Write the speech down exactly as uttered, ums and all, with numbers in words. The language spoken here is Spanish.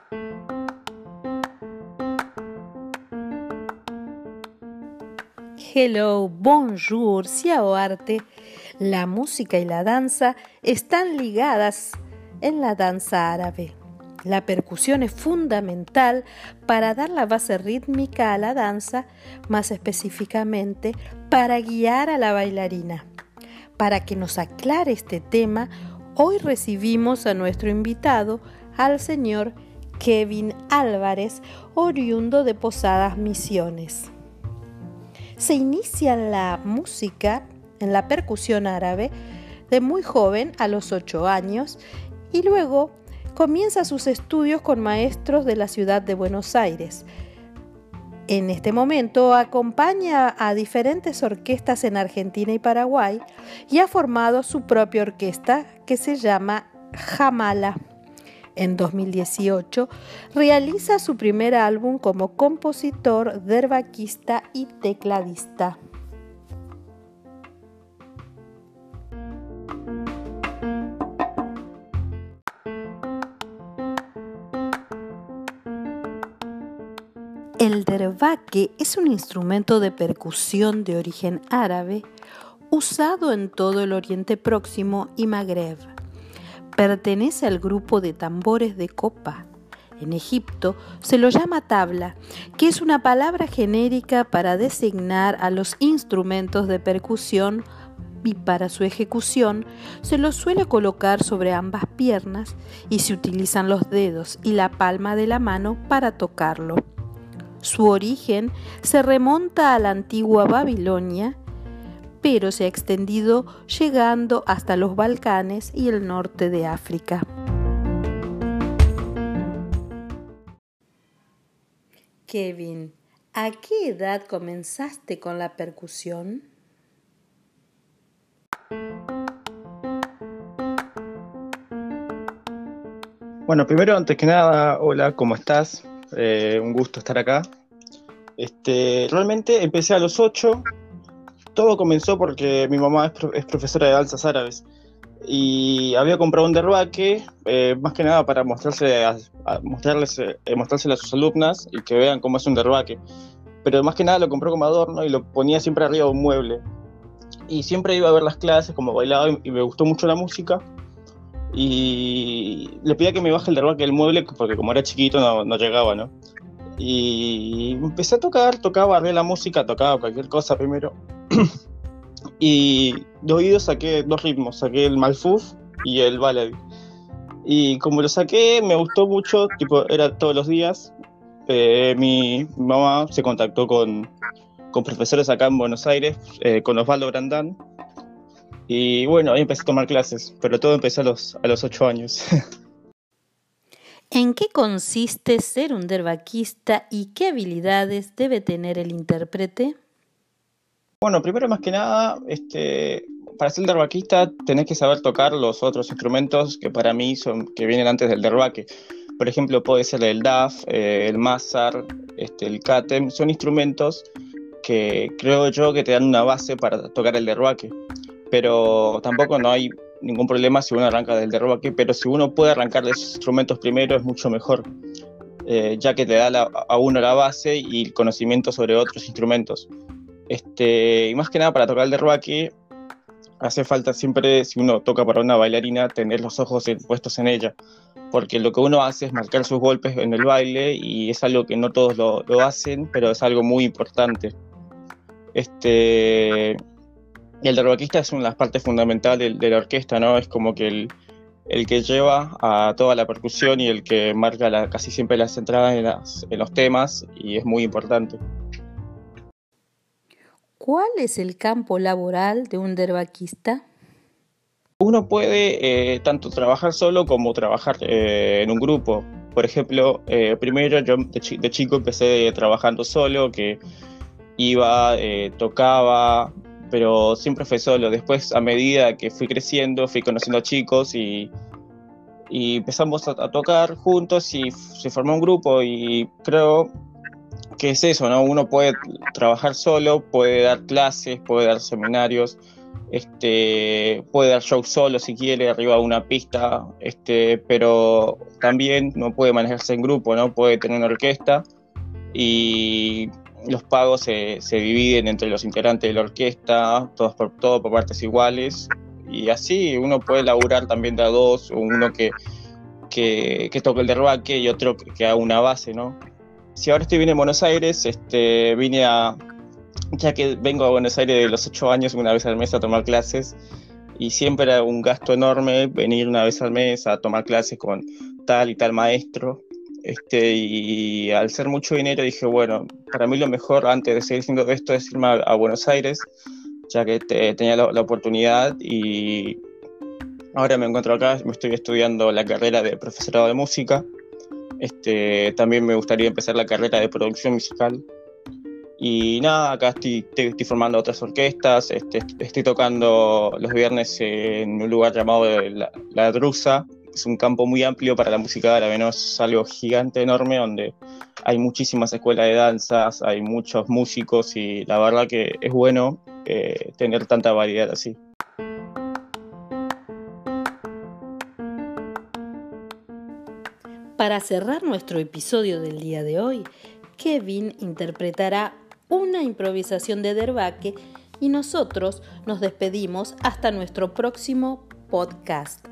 Hello, bonjour, ciao arte. La música y la danza están ligadas en la danza árabe. La percusión es fundamental para dar la base rítmica a la danza, más específicamente para guiar a la bailarina. Para que nos aclare este tema, hoy recibimos a nuestro invitado, al señor Kevin Álvarez, oriundo de Posadas Misiones. Se inicia en la música, en la percusión árabe, de muy joven, a los ocho años, y luego comienza sus estudios con maestros de la ciudad de Buenos Aires. En este momento acompaña a diferentes orquestas en Argentina y Paraguay y ha formado su propia orquesta que se llama Jamala. En dos mil dieciocho realiza su primer álbum como compositor, derbaquista y tecladista. El derbaque es un instrumento de percusión de origen árabe usado en todo el Oriente Próximo y Magreb. Pertenece al grupo de tambores de copa. En Egipto se lo llama tabla, que es una palabra genérica para designar a los instrumentos de percusión, y para su ejecución se los suele colocar sobre ambas piernas y se utilizan los dedos y la palma de la mano para tocarlo. Su origen se remonta a la antigua Babilonia, pero se ha extendido llegando hasta los Balcanes y el norte de África. Kevin, ¿a qué edad comenzaste con la percusión? Bueno, primero, antes que nada, hola, ¿cómo estás? Eh, un gusto estar acá. Este, realmente empecé a los ocho. Todo comenzó porque mi mamá es, pro- es profesora de danzas árabes y había comprado un derbaque, eh, más que nada para mostrarse a, a mostrarles, eh, mostrárselo a sus alumnas y que vean cómo es un derbaque. Pero más que nada lo compró como adorno y lo ponía siempre arriba de un mueble. Y siempre iba a ver las clases, como bailaba, y, y me gustó mucho la música. Y le pedía que me baje el derbaque del mueble porque como era chiquito no, no llegaba, ¿no? Y empecé a tocar, tocaba, arreglé la música, tocaba cualquier cosa primero. Y de oído saqué dos ritmos, saqué el malfuf y el balabi. Y como lo saqué, me gustó mucho, tipo, era todos los días. Eh, mi mamá se contactó con, con profesores acá en Buenos Aires, eh, con Osvaldo Brandán. Y bueno, ahí empecé a tomar clases, pero todo empezó a los, a los ocho años. ¿En qué consiste ser un derbaquista y qué habilidades debe tener el intérprete? Bueno, primero más que nada, este, para ser derbaquista tenés que saber tocar los otros instrumentos que para mí son, que vienen antes del derbaque. Por ejemplo, puede ser el daf, eh, el mazar, este, el katem, son instrumentos que creo yo que te dan una base para tocar el derbaque. Pero tampoco no hay ningún problema si uno arranca del derbaque, pero si uno puede arrancar de esos instrumentos primero es mucho mejor, eh, ya que te da la, a uno la base y el conocimiento sobre otros instrumentos. Este, y más que nada para tocar el derbaque hace falta siempre, si uno toca para una bailarina, tener los ojos puestos en ella, porque lo que uno hace es marcar sus golpes en el baile y es algo que no todos lo, lo hacen, pero es algo muy importante. Este, el derbaquista es una de las partes fundamentales de, de la orquesta, ¿no? Es como que el, el que lleva a toda la percusión y el que marca la, casi siempre las entradas en, las, en los temas, y es muy importante. ¿Cuál es el campo laboral de un derbaquista? Uno puede eh, tanto trabajar solo como trabajar eh, en un grupo. Por ejemplo, eh, primero yo de, chi- de chico empecé trabajando solo, que iba, eh, tocaba, pero siempre fue solo. Después, a medida que fui creciendo, fui conociendo chicos y, y empezamos a, a tocar juntos y f- se formó un grupo, y creo que es eso, ¿no? Uno puede trabajar solo, puede dar clases, puede dar seminarios, Este, puede dar show solo si quiere, arriba de una pista, este, pero también no puede manejarse en grupo, ¿no? Puede tener una orquesta y los pagos se, se dividen entre los integrantes de la orquesta, todos por, todo por partes iguales, y así uno puede laburar también de a dos, uno que, que, que toque el derbaque y otro que, que haga una base, ¿no? Si ahora estoy bien en Buenos Aires, este, vine a... ya que vengo a Buenos Aires de los ocho años, una vez al mes a tomar clases, y siempre era un gasto enorme venir una vez al mes a tomar clases con tal y tal maestro, este, y al ser mucho dinero dije, bueno, para mí lo mejor antes de seguir haciendo esto es irme a, a Buenos Aires, ya que te, tenía la, la oportunidad, y ahora me encuentro acá, me estoy estudiando la carrera de profesorado de música, este, también me gustaría empezar la carrera de producción musical. Y nada, acá estoy, estoy formando otras orquestas, este, estoy tocando los viernes en un lugar llamado La, la Drusa. Es un campo muy amplio para la música árabe, ¿no? Es algo gigante, enorme, donde hay muchísimas escuelas de danzas, hay muchos músicos y la verdad que es bueno eh, tener tanta variedad así. Para cerrar nuestro episodio del día de hoy, Kevin interpretará una improvisación de derbaque y nosotros nos despedimos hasta nuestro próximo podcast.